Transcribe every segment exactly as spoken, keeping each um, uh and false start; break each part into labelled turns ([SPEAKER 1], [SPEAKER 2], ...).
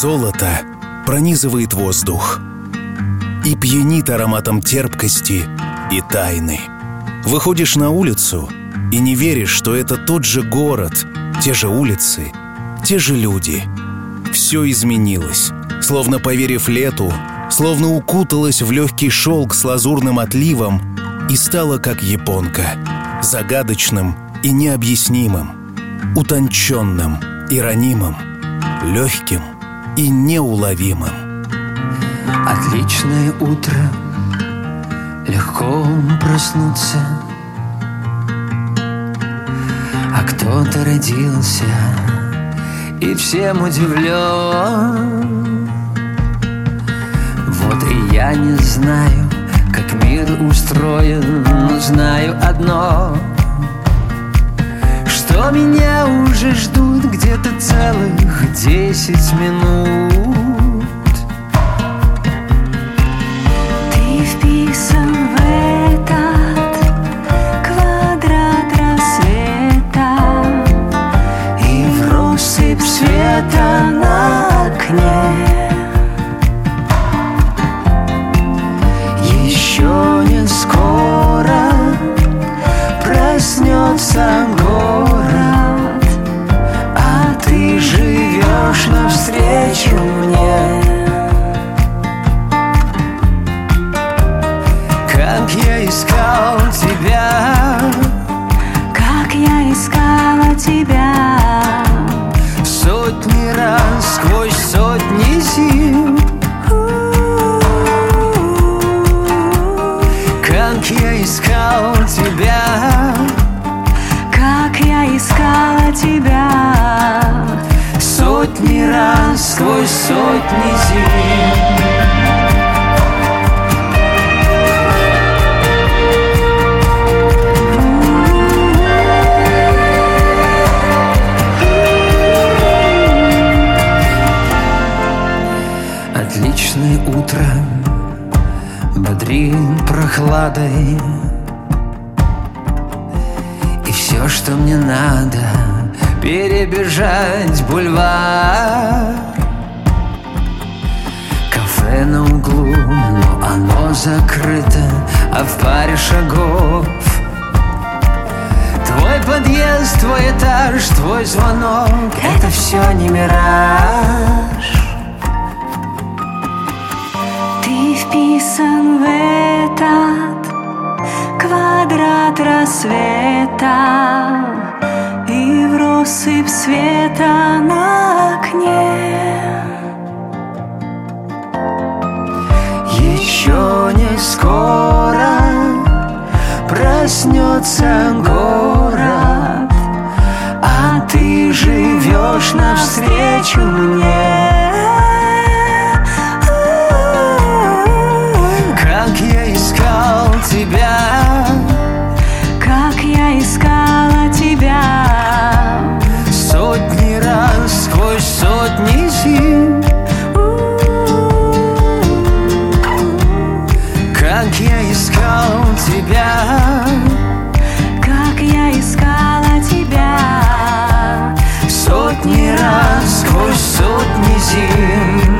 [SPEAKER 1] золото пронизывает воздух и пьянит ароматом терпкости и тайны. Выходишь на улицу и не веришь, что это тот же город, те же улицы, те же люди. Все изменилось, словно поверив лету, словно укуталась в легкий шелк с лазурным отливом и стала как японка, загадочным и необъяснимым, утонченным и ранимым, легким и неуловимым.
[SPEAKER 2] Отличное утро, легко проснуться, а кто-то родился и всем удивлен. Вот и я не знаю, как мир устроен, но знаю одно, что меня уже ждут где-то целых десять минут.
[SPEAKER 3] Ты вписан в этот квадрат рассвета
[SPEAKER 2] и в россыпь света на окне. Еще не скоро проснется город, а ты живешь навстречу мне. Как я искал тебя,
[SPEAKER 3] как я искала тебя
[SPEAKER 2] сотни раз сквозь сотни зим. Как я искал тебя,
[SPEAKER 3] как я искала тебя
[SPEAKER 2] сотни раз сквозь сотни зим. Отличное утро бодрит прохладой, и все, что мне надо, перебежать бульвар. Кафе на углу, но оно закрыто, а в паре шагов твой подъезд, твой этаж, твой звонок. Это все не мираж.
[SPEAKER 3] Ты вписан в этот квадрат рассвета и в россыпь света на окне.
[SPEAKER 2] Еще не скоро проснется город, а ты живешь навстречу мне. Как я искал тебя,
[SPEAKER 3] как я искала тебя
[SPEAKER 2] сотни раз сквозь сотни зим. Как я искал тебя,
[SPEAKER 3] как я искала тебя
[SPEAKER 2] сотни раз сквозь сотни зим.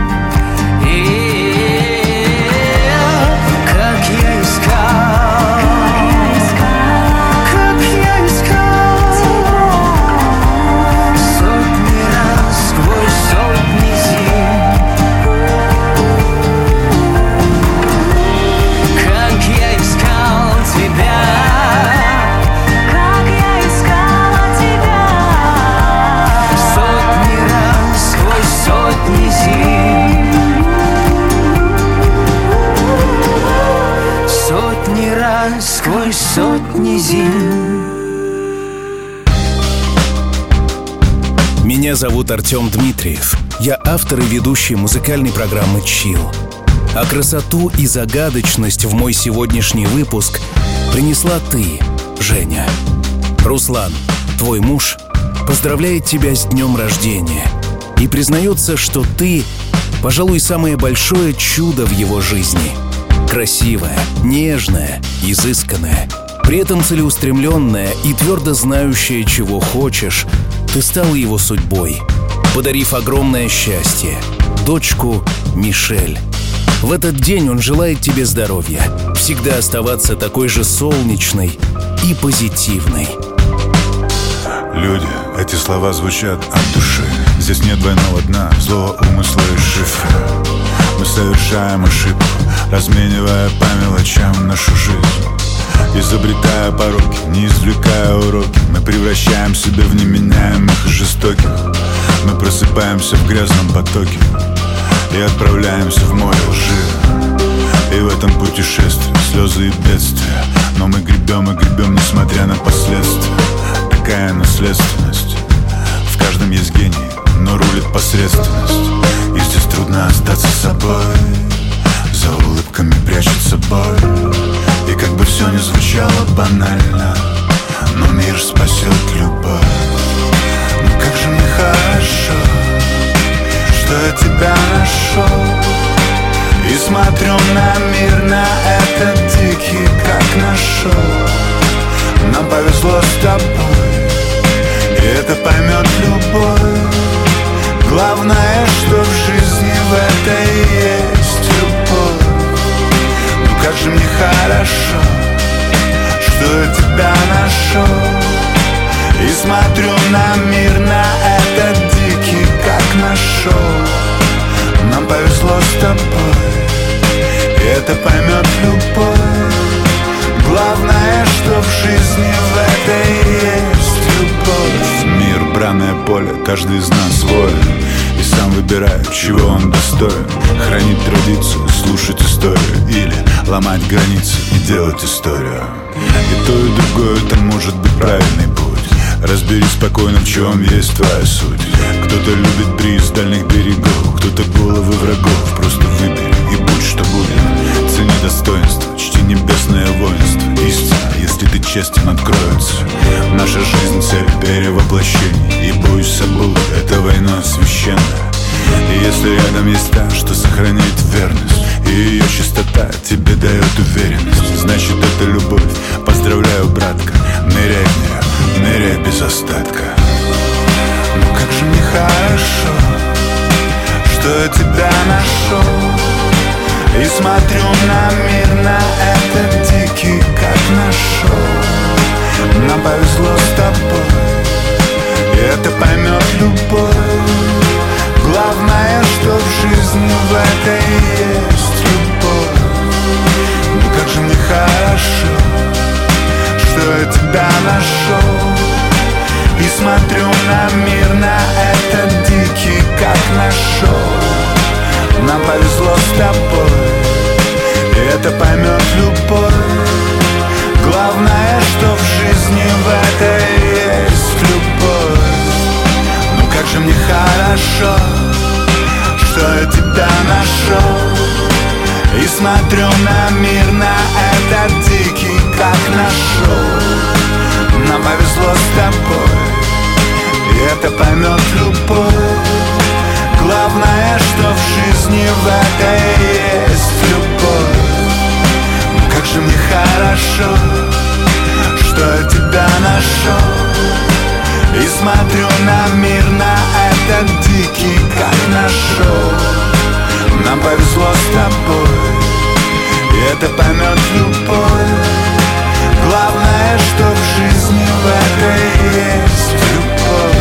[SPEAKER 2] Сквозь сотни зим.
[SPEAKER 1] Меня зовут Артем Дмитриев. Я автор и ведущий музыкальной программы «Чилл». А красоту и загадочность в мой сегодняшний выпуск принесла ты, Женя. Руслан, твой муж, поздравляет тебя с днем рождения и признается, что ты, пожалуй, самое большое чудо в его жизни. Красивая, нежная, изысканная, при этом целеустремленная и твердо знающая, чего хочешь, ты стала его судьбой. подарив огромное счастье — дочку Мишель. В этот день он желает тебе здоровья, всегда оставаться такой же солнечной и позитивной.
[SPEAKER 4] Люди, эти слова звучат от души. Здесь нет двойного дна, злого умысла и шифра. Мы совершаем ошибку, разменивая по мелочам нашу жизнь. Изобретая пороки, не извлекая уроки, мы превращаем себя в неменяемых и жестоких. Мы просыпаемся в грязном потоке и отправляемся в море лжи. И в этом путешествии слезы и бедствия, но мы гребем и гребем, несмотря на последствия. Такая наследственность. В каждом есть гений, но рулит посредственность. И здесь трудно остаться собой. За улыбками прячется боль. И как бы все ни звучало банально, но мир спасет любовь. Ну как же мне хорошо, что я тебя нашел. И смотрю на мир, на этот дикий, как нашел. Нам повезло с тобой, и это поймет любой. Главное, что в жизни в этой есть любовь. Ну как же мне хорошо, что я тебя нашел. И смотрю на мир, на этот дикий, как нашел. Нам повезло с тобой, и это поймет любой. Главное, что в жизни в этой есть любовь. Мир, бранное поле, каждый из нас воин, и сам выбирает, чего он достоин. Хранить традицию, слушать историю, или ломать границы и делать историю. И то, и другое, это может быть правильный путь. Разберись спокойно, в чем есть твоя суть. Кто-то любит бриз дальних берегов, кто-то головы врагов. Просто выбери и будь что будет. Цени достоинство, чти небесное воинство. Истина, если ты честен, откроется. Наша жизнь — цель перевоплощений. И будь собой, это война священная. И если рядом есть та, что сохраняет верность, и ее чистота тебе дает уверенность, значит это любовь. Поздравляю, братка, ныряй в нее, ныряй без остатка. Ну как же мне хорошо, что я тебя нашел. И смотрю на мир, на этот дикий, как нашел. Нам повезло с тобой, и это поймет любой. Главное, что в жизни в этой есть любовь. Ну как же мне хорошо, что я тебя нашел. И смотрю на мир, на этот дикий, как нашел. Нам повезло с тобой, и это поймет любой. Главное, что в жизни в этой есть любовь. Ну как же мне хорошо, что я тебя нашел. И смотрю на мир, на этот дикий, как нашел. Нам повезло с тобой, и это поймет любой. Главное, что в жизни в этой есть любовь. Ну как же мне хорошо, что я тебя нашел. И смотрю на мир, на этот дикий, как нашел. Нам повезло с тобой, и это поймет любой. Главное, что в жизни в этой есть любовь.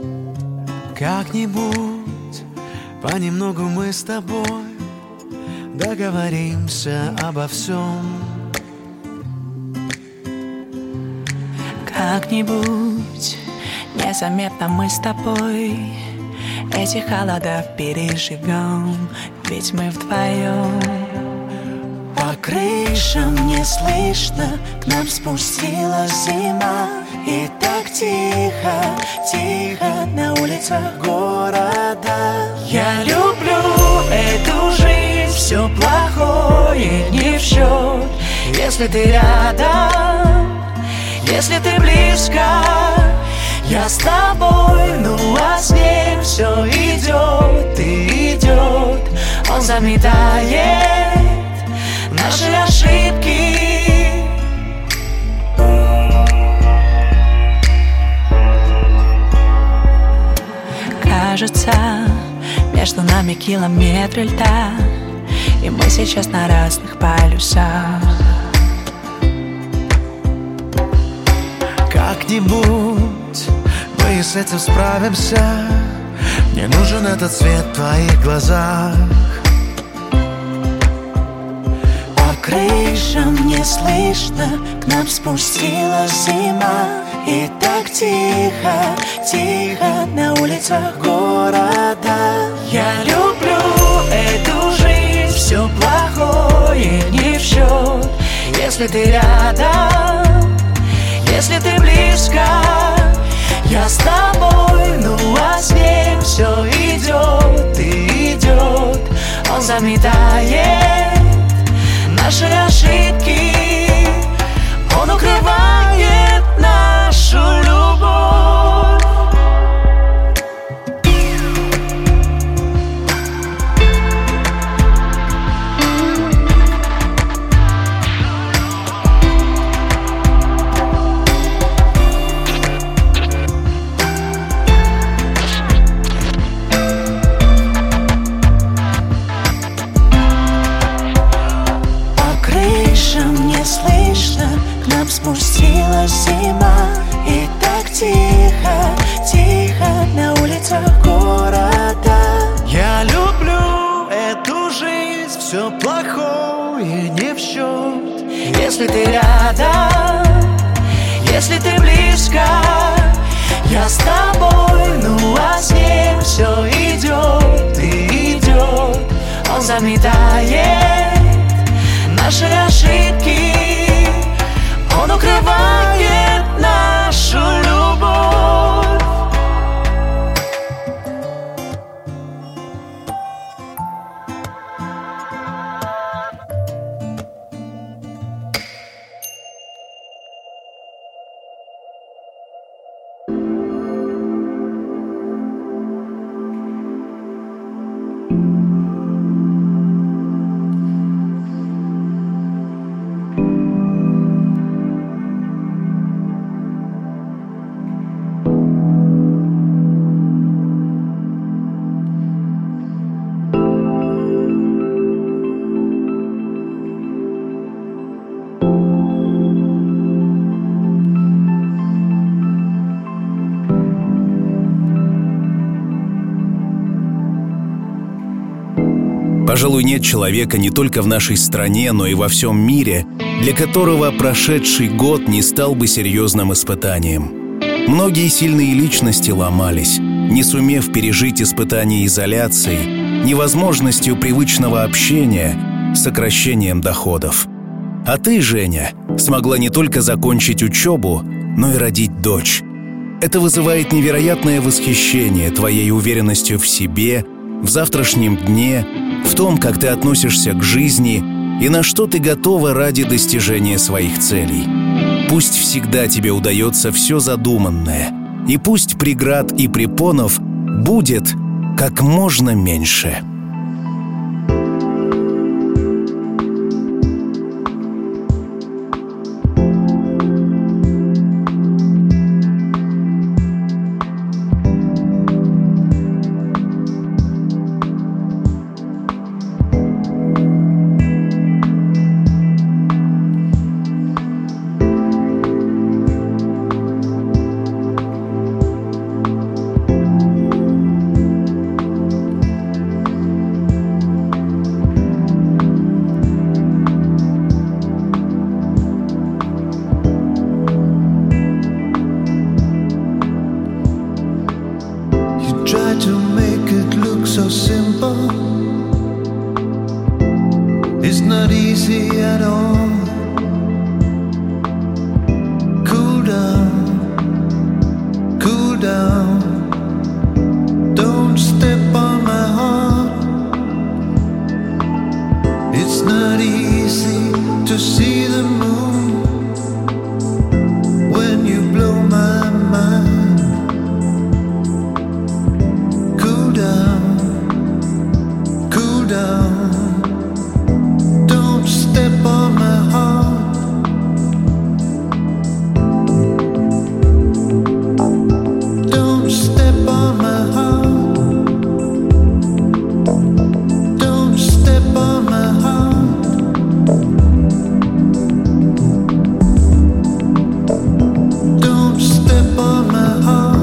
[SPEAKER 2] Как-нибудь понемногу мы с тобой договоримся обо всем.
[SPEAKER 3] Как-нибудь незаметно мы с тобой эти холода переживем, ведь мы вдвоем. По крышам не слышно, к нам спустилась зима. И так тихо, тихо на улицах города. Я люблю эту жизнь, все плохое не в счет, если ты рядом, если ты близко. Я с тобой, ну а с ним все идет и идет. Он заметает наши ошибки. Кажется, между нами километры льда, и мы сейчас на разных полюсах.
[SPEAKER 2] Как-нибудь мы с этим справимся. Мне нужен этот свет в твоих глазах.
[SPEAKER 3] По крышам не слышно, к нам спустилась зима. И так тихо, тихо на улицах города. Я люблю эту жизнь, все плохое не в счет, если ты рядом, если ты близко. Я с тобой, ну а с ним все идет и идет. Он заметает наши ошибки. Он укрывает нашу любовь. Спустилась зима, и так тихо, тихо на улицах города.
[SPEAKER 2] Я люблю эту жизнь, все плохое не в счет,
[SPEAKER 3] если ты рядом, если ты близко. Я с тобой, ну а с ним все идет и идет. Он заметает наши ошибки. Он укрывает нашу любовь.
[SPEAKER 1] Пожалуй, нет человека не только в нашей стране, но и во всем мире, для которого прошедший год не стал бы серьезным испытанием. Многие сильные личности ломались, не сумев пережить испытания изоляцией, невозможностью привычного общения, сокращением доходов. А ты, Женя, смогла не только закончить учебу, но и родить дочь. Это вызывает невероятное восхищение твоей уверенностью в себе, в завтрашнем дне, в том, как ты относишься к жизни и на что ты готова ради достижения своих целей. Пусть всегда тебе удается все задуманное, и пусть преград и препонов будет как можно меньше.
[SPEAKER 2] It's not easy at all. Cool down, cool down. Don't step on my heart. It's not easy to see the moon when you blow my mind. Cool down, cool down. Don't step on my heart. Don't step on my heart. Don't step on my heart. Don't step on my heart.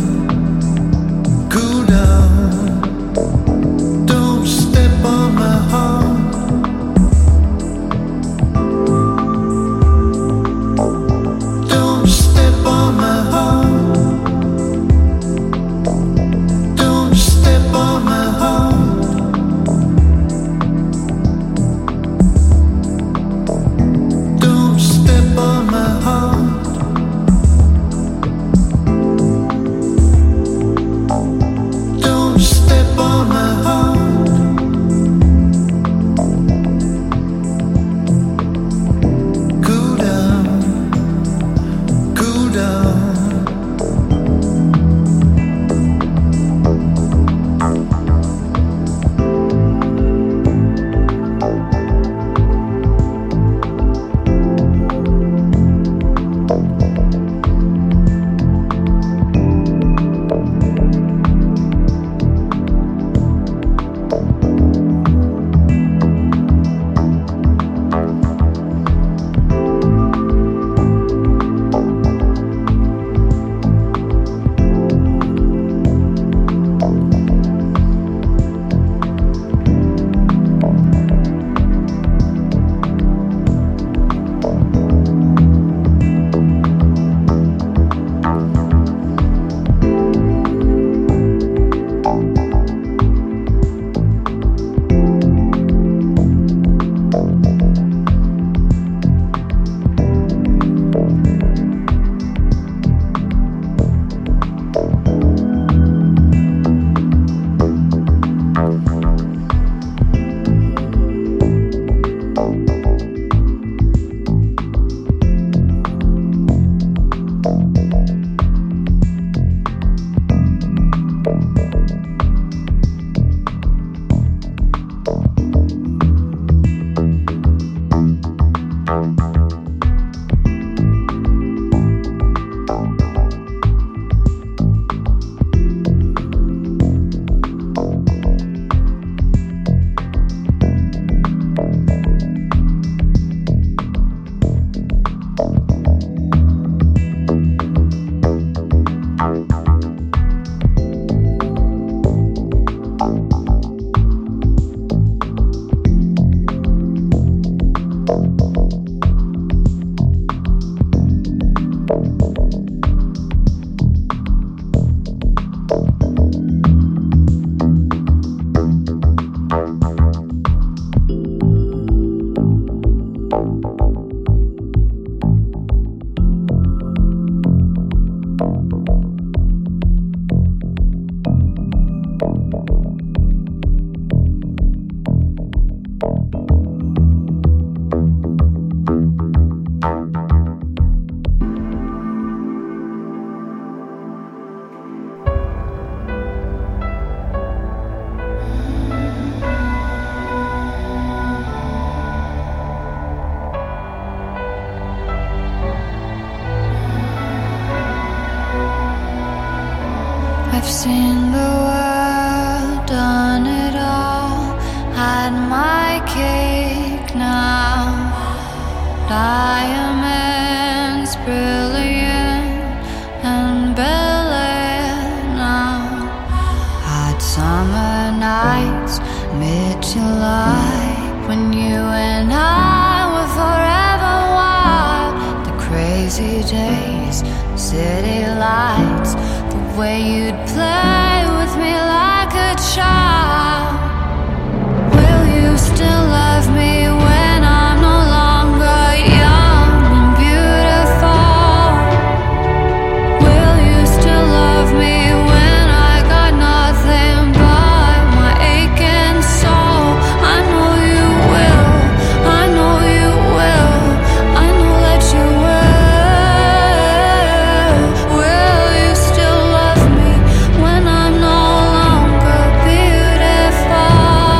[SPEAKER 2] Step on my heart.
[SPEAKER 5] Diamonds brilliant and brilliant now. Hot summer nights, mid-July, when you and I were forever wild. The crazy days, city lights, the way you'd play with me like a child. Will you still love me when I'm no longer young and beautiful? Will you still love me when I got nothing but my aching soul? I know you will, I know you will, I know that you will. Will you still love me when I'm no longer beautiful?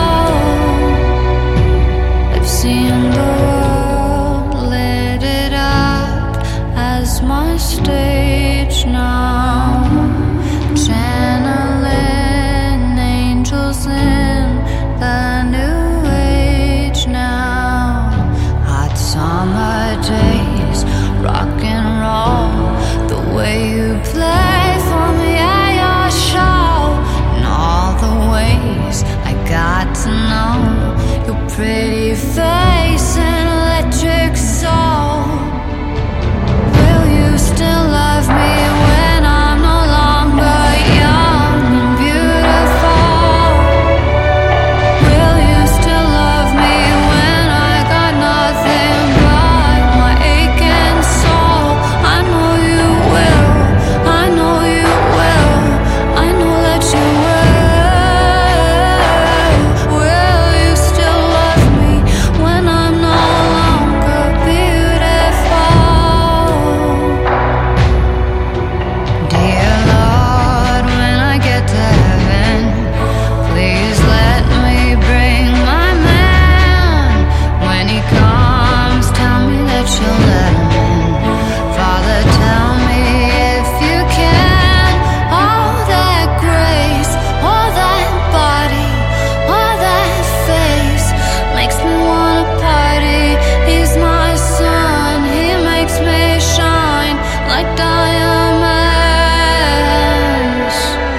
[SPEAKER 5] I've seen the world, lit it up as my stage now, channeling angels in the new age now. Hot summer days, rock and roll, the way you play for me at your show, and all the ways I got to know your pretty face and electric soul. Will you still love me when I'm no longer young and beautiful? Will you still love me when I got nothing but my aching soul? I know you will, I know you will, I know that you will. Will you still love me when I'm no longer beautiful? Dear Lord, when I get to heaven, please let me bring my man. When he comes, tell me that you'll let him in. Father, tell me if you can. All that grace, all that body, all that face makes me wanna party. He's my sun, he makes me shine like diamonds.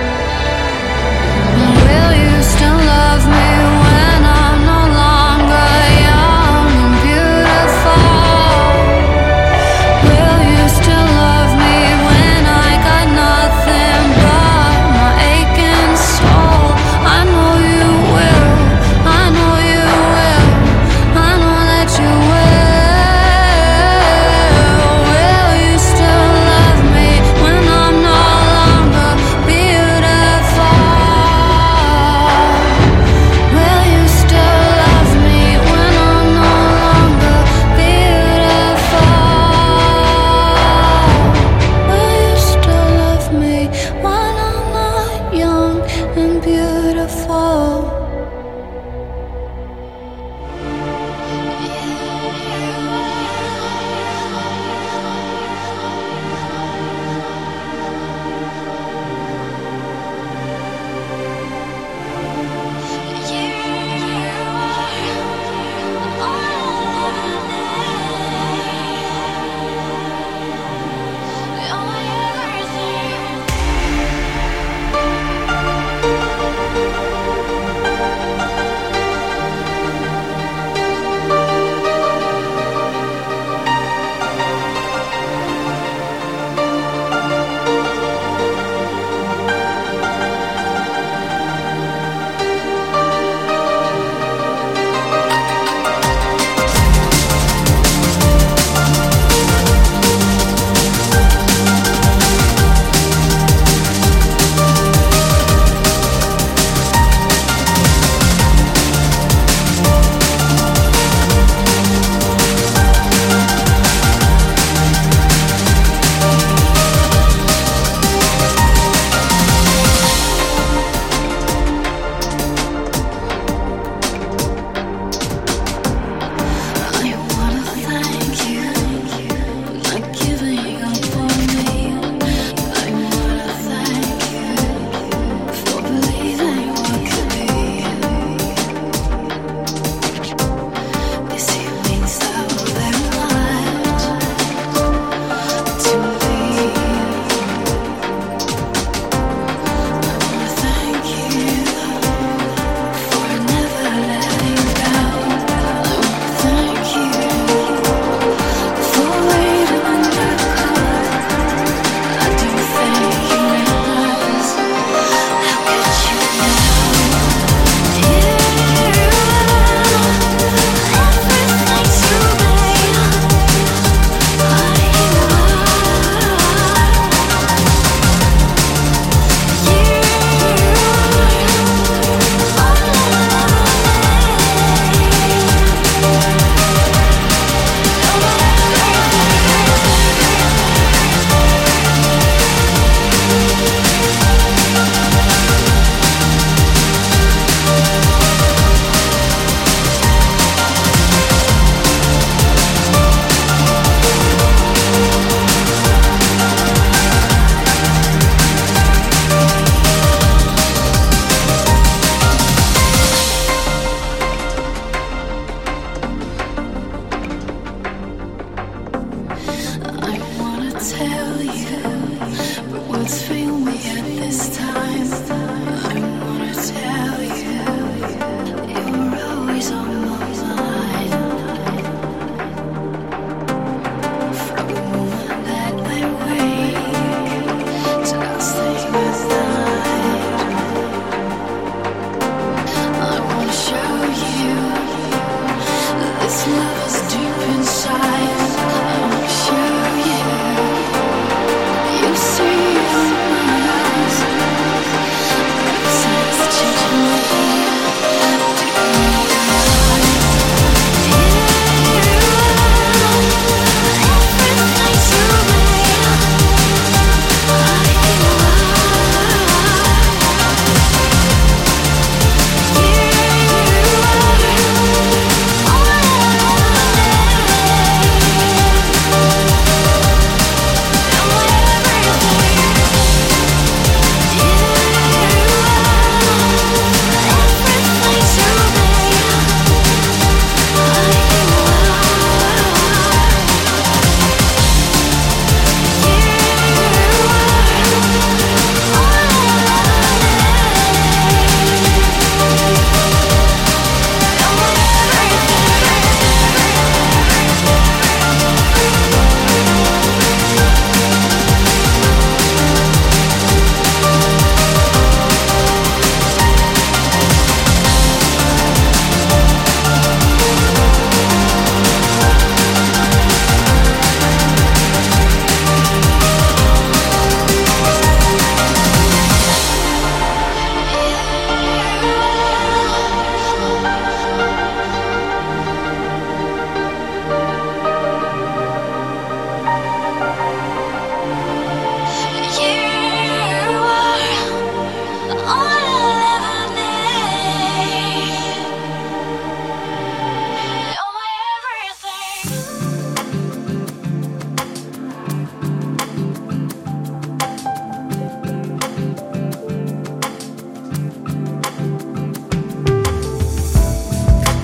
[SPEAKER 5] Will you still love me when I'm no longer young and beautiful? Will you still love me when I got nothing but my aching soul? I know you will, I know you will, I know that you will. Will you still love me when I'm no longer beautiful? Will you still love me when I'm no longer beautiful? Will you still love me when I'm not young and beautiful?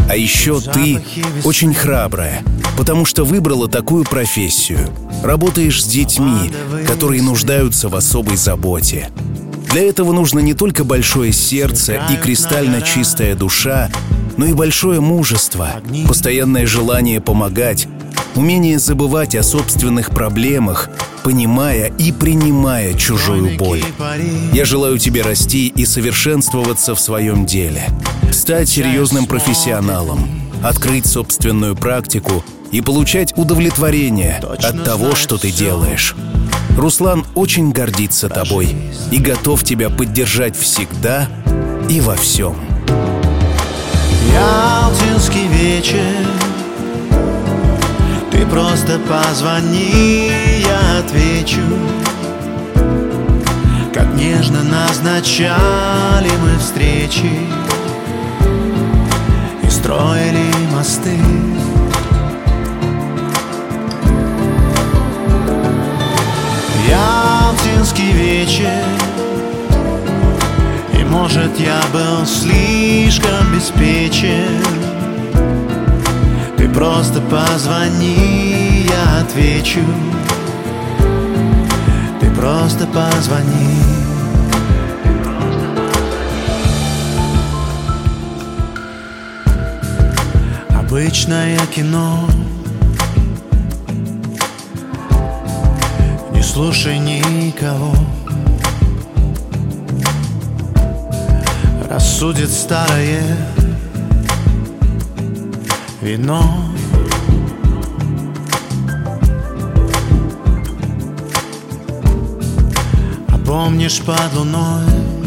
[SPEAKER 1] А еще ты очень храбрая, потому что выбрала такую профессию. Работаешь с детьми, которые нуждаются в особой заботе. Для этого нужно не только большое сердце и кристально чистая душа, но и большое мужество, постоянное желание помогать, умение забывать о собственных проблемах, понимая и принимая чужую боль. Я желаю тебе расти и совершенствоваться в своем деле, стать серьезным профессионалом, открыть собственную практику и получать удовлетворение от того, что ты делаешь. Руслан очень гордится тобой и готов тебя поддержать всегда и во всем.
[SPEAKER 2] Ялтинский вечер, ты просто позвони, я отвечу. Как нежно назначали мы встречи и строили мосты. Ялтинский вечер, и может я был слишком беспечен. Ты просто позвони, я отвечу. Ты просто позвони. Обычное кино, не слушай никого. Рассудит старое вино. А помнишь под луной,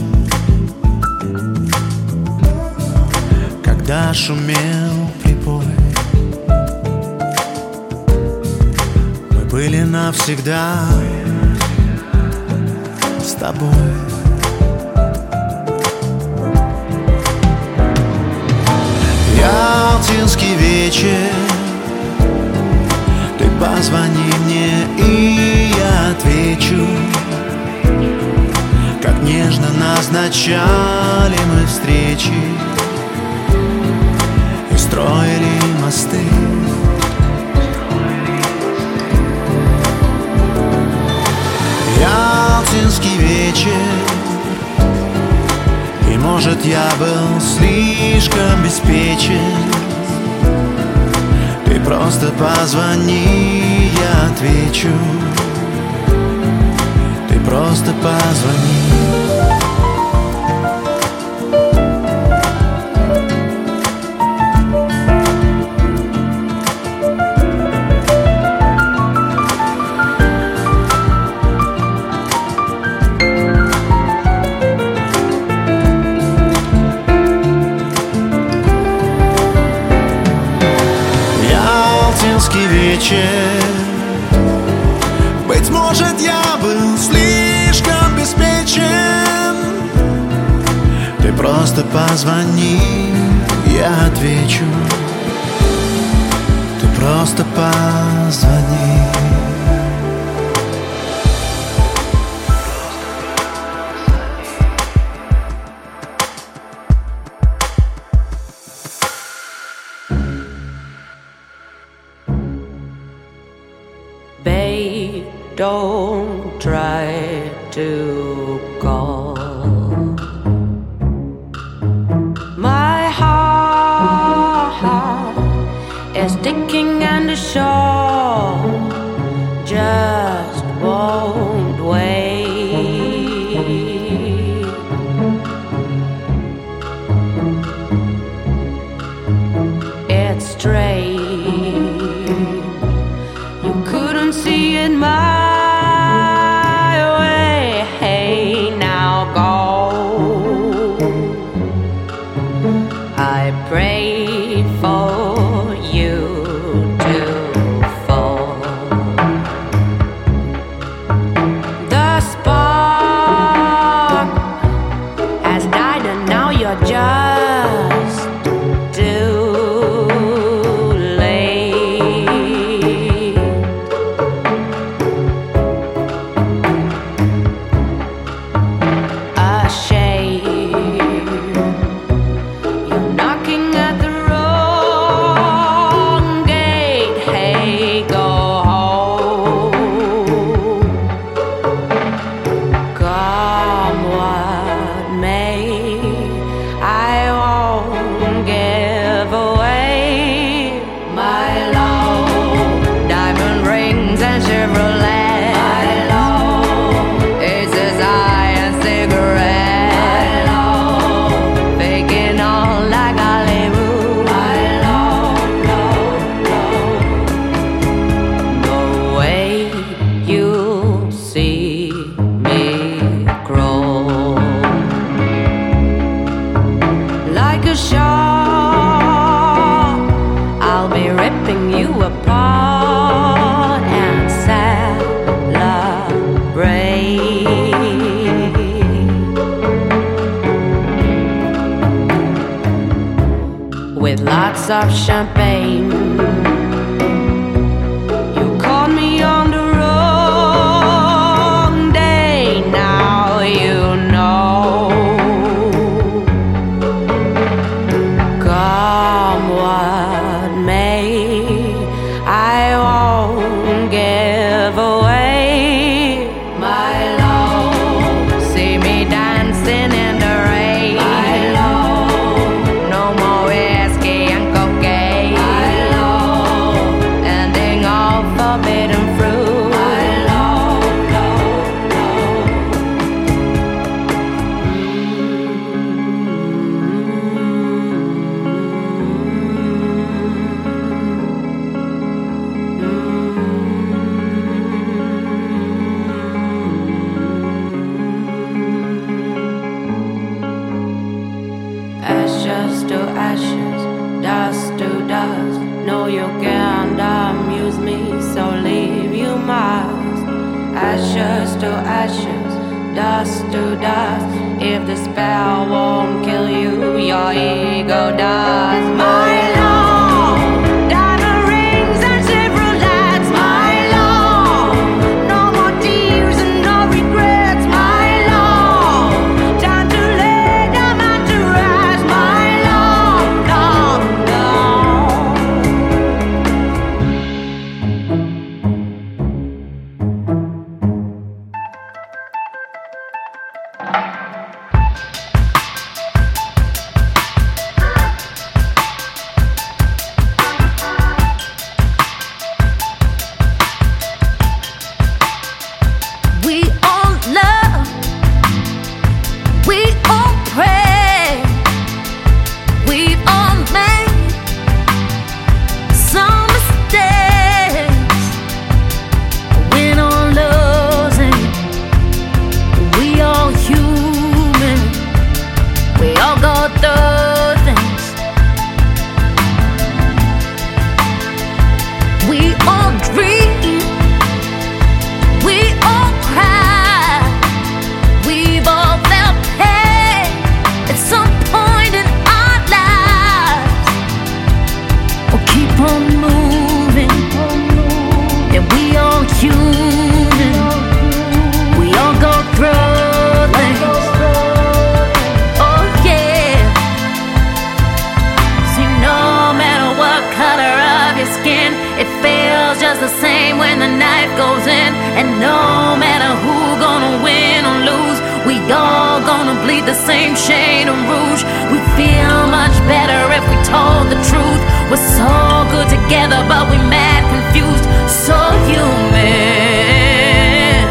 [SPEAKER 2] когда шумел прибой, мы были навсегда с тобой. Ялтинский вечер, ты позвони мне, и я отвечу. Как нежно назначали мы встречи и строили мосты. Ялтинский вечер, и может я был слишком беспечен. Ты просто позвони, я отвечу. Ты просто позвони. Вечер, быть может, я был слишком беспечен. Ты просто позвони, я отвечу. Ты просто позвони.
[SPEAKER 6] Don't try to call. My heart is sticking and the shore just won't wait. It's straight, you couldn't see it, my pray for you to fall. The spark has died and now you're just too late. A shame, you're knocking at the shore, I'll be ripping you apart and celebrate with lots of champagne. You caught me on the wrong day, now you know. Come what may, I won't give away my love. See me dancing in the rain, my love. No more whiskey and cocaine, my love. Ending all forbidden fruit, my love, love, love. Ashes to ashes, dust to dust. No, you can't amuse me, so leave you must. Ashes to ashes, dust to dust. If the spell won't kill you, your ego does. My love, diamond rings and Chevrolets, my love. No more tears and no regrets, my love. Time to lay down and to rest, my love, love, love.
[SPEAKER 5] We all love, we all pray, we've all made some mistakes. Win or losing, we all human, we all go through things. We all dream, we all cry, we've all felt pain at some point in our lives. We'll keep on moving, yeah, we all human, we all go through things. Oh yeah. See, no matter what color of your skin, it feels just the same when the knife goes in. And no matter who gonna win or lose, we all gonna bleed the same shade of rouge. We feel much better if we told the truth. We're so good together, but we mad confused, so human.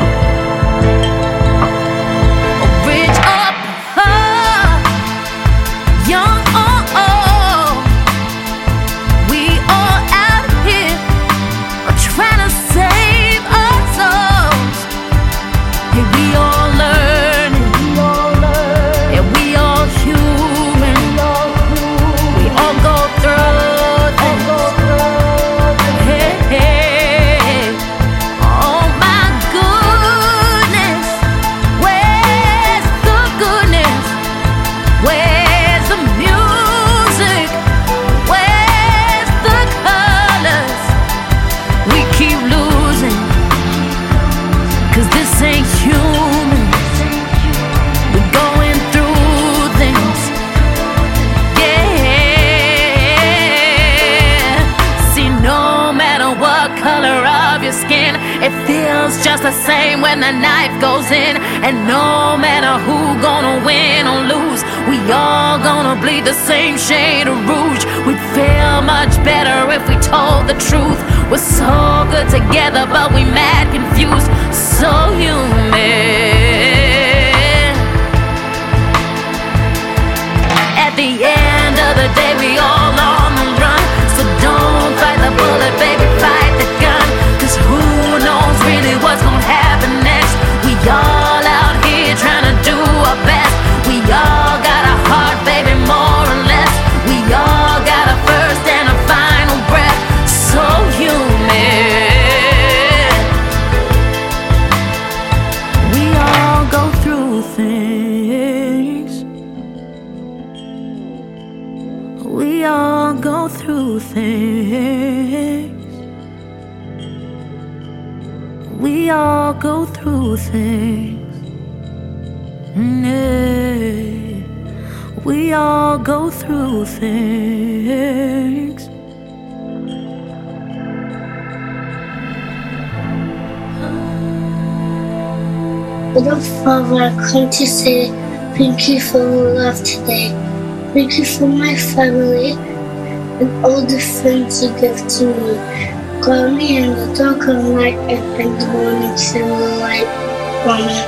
[SPEAKER 5] Rich or poor, young or old, we all out here are trying to save our souls. Hey, we all learning, yeah, we all human, we all go through things. Hey, hey. Oh my goodness, where's the goodness? Where's the music? Where's the colors? We keep losing, 'cause this ain't human. We're going through things, yeah. See, no matter what color of your skin, it feels just the same when the knife goes in. And no matter who gonna win or lose, we all gonna bleed the same shade of rouge. We'd feel much better if we told the truth. We're so good together, but we mad confused, so human. At the end of the day, we all on the run. So don't fight the bullet, baby, fight the gun. 'Cause who knows really what's gonna happen next? We all out here trying to do our best. We all got a heart, baby, more or less.
[SPEAKER 3] We all go through things. We all go through things. Yeah. We all go through things.
[SPEAKER 7] Little Father, I come to say thank you for your love today. Thank you for my family and all the friends you give to me. Guard me in the dark and light and in the morning sunlight. Amen.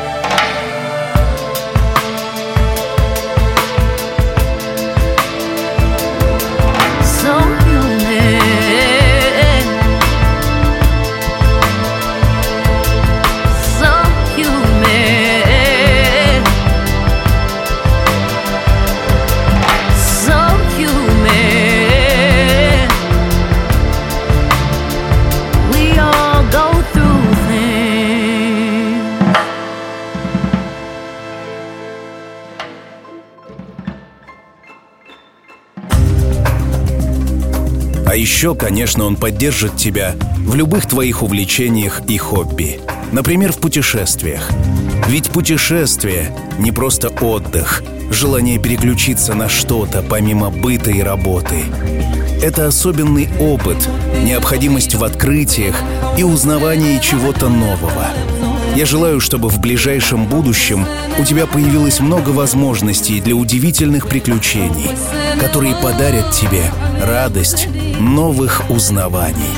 [SPEAKER 1] А еще, конечно, он поддержит тебя в любых твоих увлечениях и хобби. Например, в путешествиях. Ведь путешествие — не просто отдых, желание переключиться на что-то помимо быта и работы. Это особенный опыт, необходимость в открытиях и узнавании чего-то нового. Я желаю, чтобы в ближайшем будущем у тебя появилось много возможностей для удивительных приключений, которые подарят тебе радость новых узнаваний.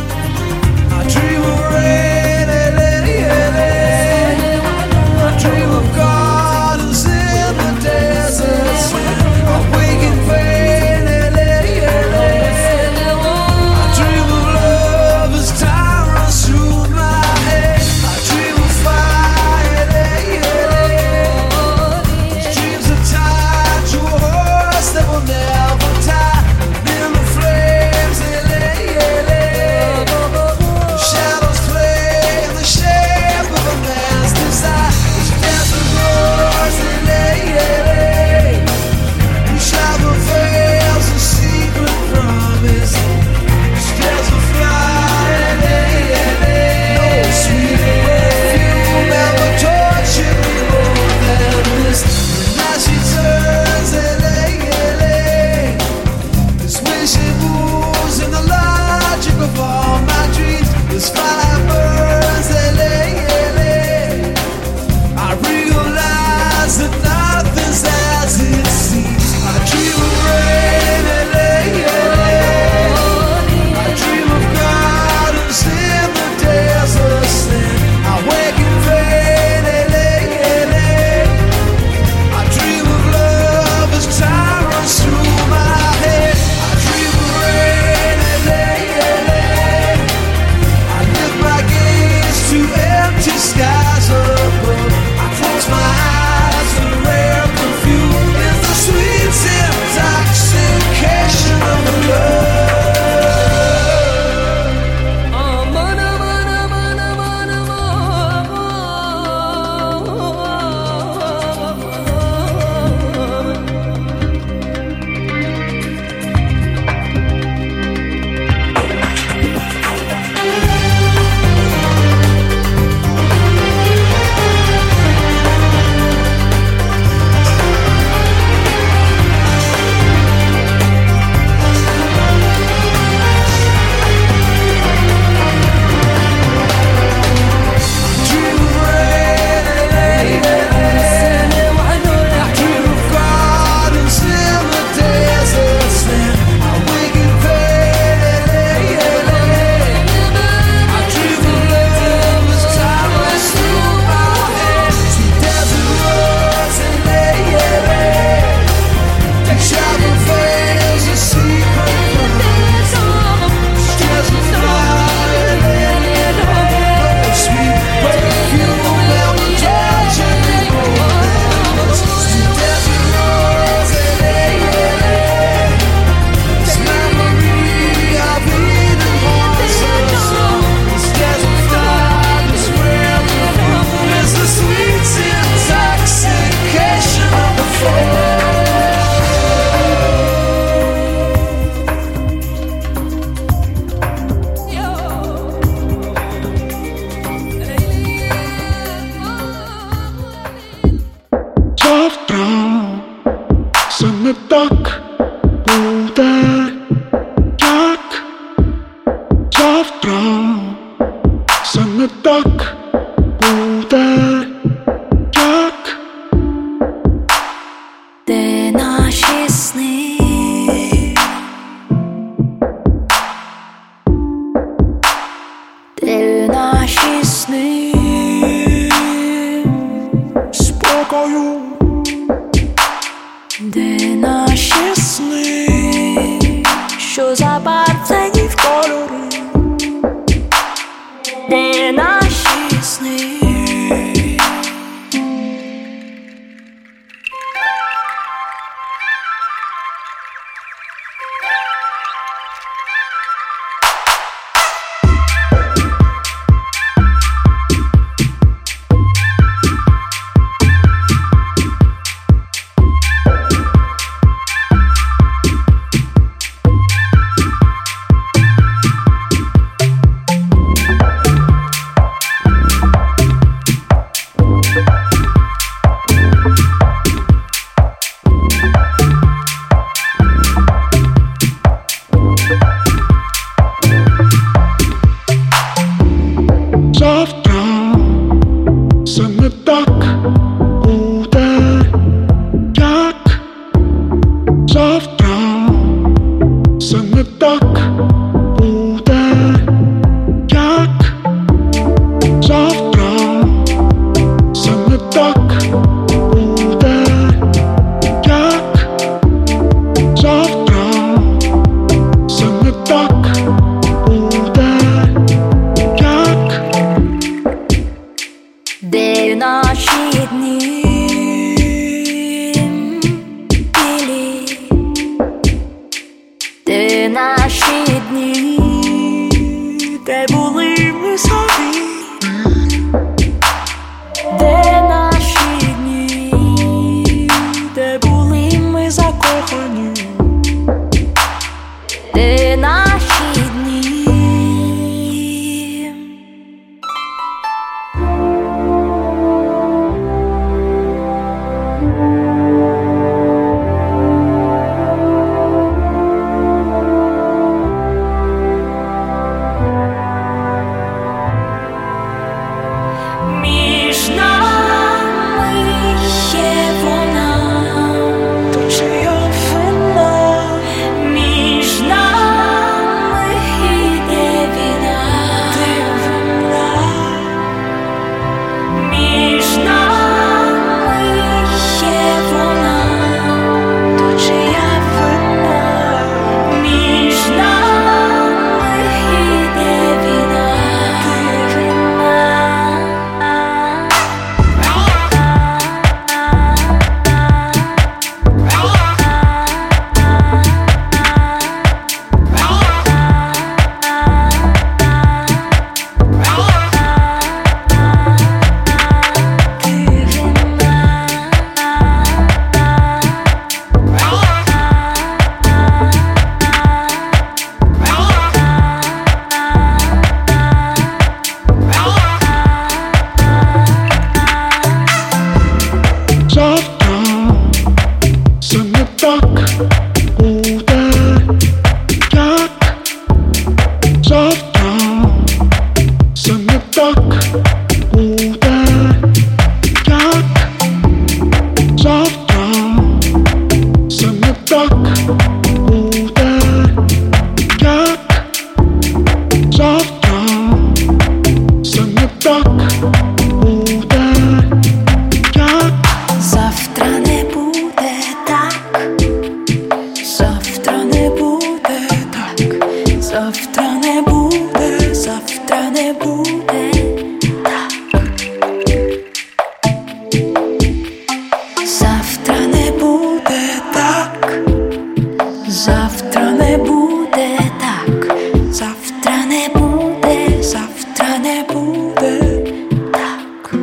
[SPEAKER 2] Shadows play
[SPEAKER 8] буде, як завтра, все не так буде, як
[SPEAKER 3] де наші сни, де наші сни
[SPEAKER 8] спокою,
[SPEAKER 3] де наші сни, що забарвлені в кольори, де наші сни.
[SPEAKER 8] завтра, все не так буде, як завтра, все не так буде, як завтра, все не так буде, як завтра, все не так буде, як
[SPEAKER 3] Де наші дні білі, де наші дні, де були ми собі, де наші дні, де були ми закохані, де наші дні. Між нами є вона, то чия вина, між нами йде війна, дивина, між нами є вона, то чия вина, між нами йде війна, дивина.
[SPEAKER 8] завтра, все не так буде, як завтра, все не так буде, як завтра, все не так буде, як завтра, все не так буде, як
[SPEAKER 3] Завтра не буде так, завтра не буде так, завтра не буде, завтра не буде так, завтра не буде так, завтра не буде так, завтра не буде, завтра не буде так.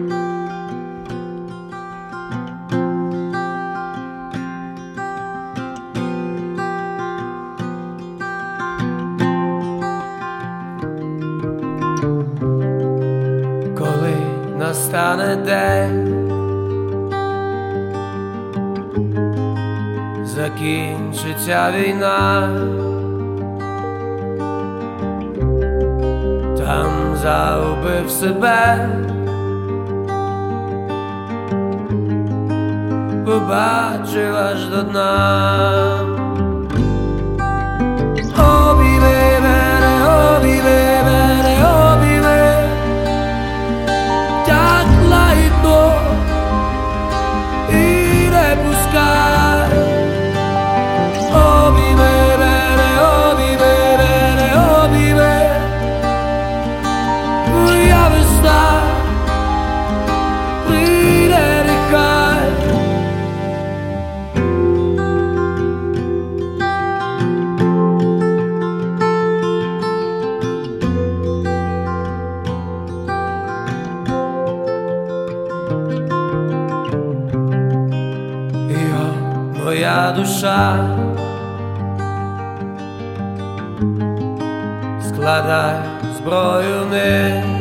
[SPEAKER 9] Коли настане день, за закінчиться війна, там загубив себе, побачив аж до дна. Обійми мене, обійми мене, обійми, так лагідно і не пускай. Обійми мене, обійми мене, обійми, моя весна прийде, нехай. Моя душа, складай зброю вниз.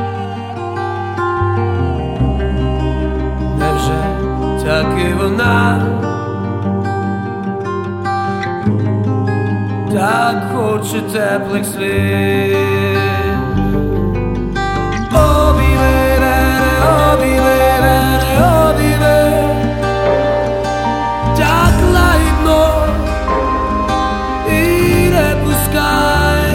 [SPEAKER 9] Невже так і вона так хоче теплих слів? Обійми мене, обійми мене, обійми, так лагідно і не пускай.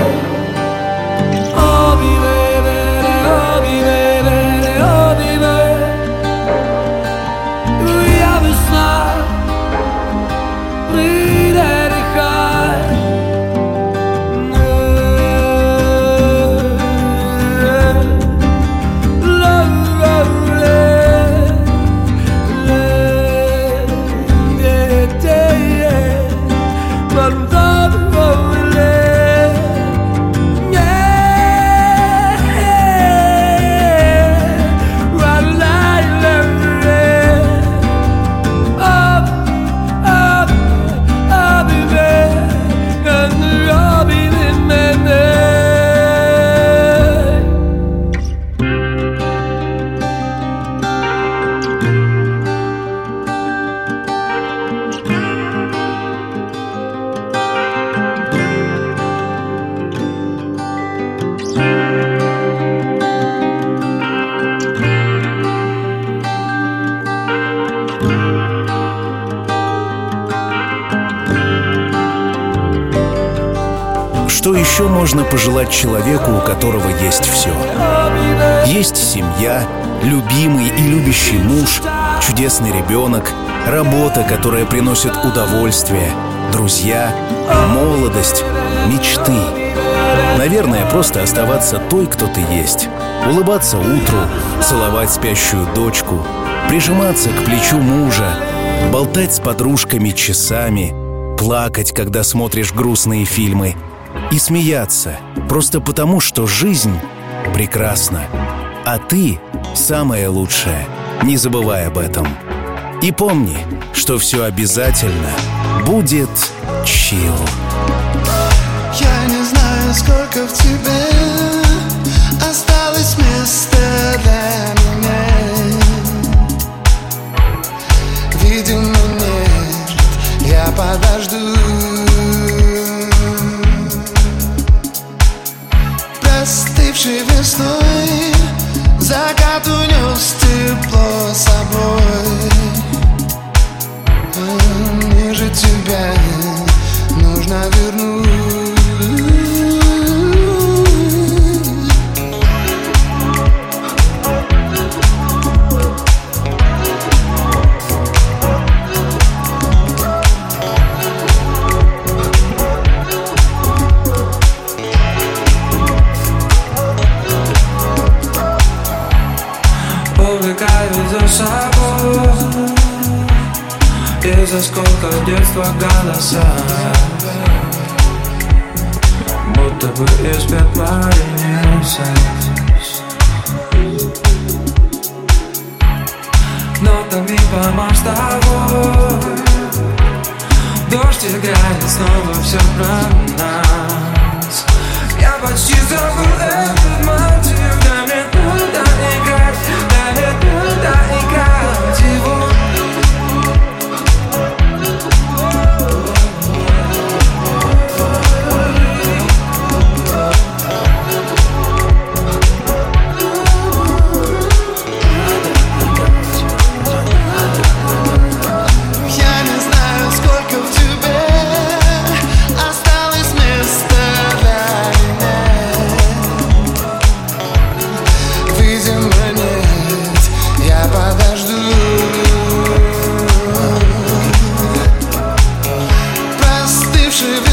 [SPEAKER 9] Обійми мене, обійми мене, обійми, моя весна прийде, нехай.
[SPEAKER 1] Что еще можно пожелать человеку, у которого есть все? Есть семья, любимый и любящий муж, чудесный ребенок, работа, которая приносит удовольствие, друзья, молодость, мечты. Наверное, просто оставаться той, кто ты есть. Улыбаться утру, целовать спящую дочку, прижиматься к плечу мужа, болтать с подружками часами, плакать, когда смотришь грустные фильмы, и смеяться, просто потому, что жизнь прекрасна, а ты самое лучшее. Не забывай об этом. И помни, что все обязательно будет чил.
[SPEAKER 2] Я не знаю, сколько в тебе осталось места для меня. Видимо, нет, я подожду. Простывшей весной закат унес тепло с собой. Мне же тебя нужно вернуть.
[SPEAKER 9] Увлекаю за собой из осколков детства голоса, будто бы из пепла ренессанс. Нотами по мостовой дождь играет снова все про нас. Я почти забыл этот мотив, дай мне туда играть, дай мне туда играть его.
[SPEAKER 2] живет.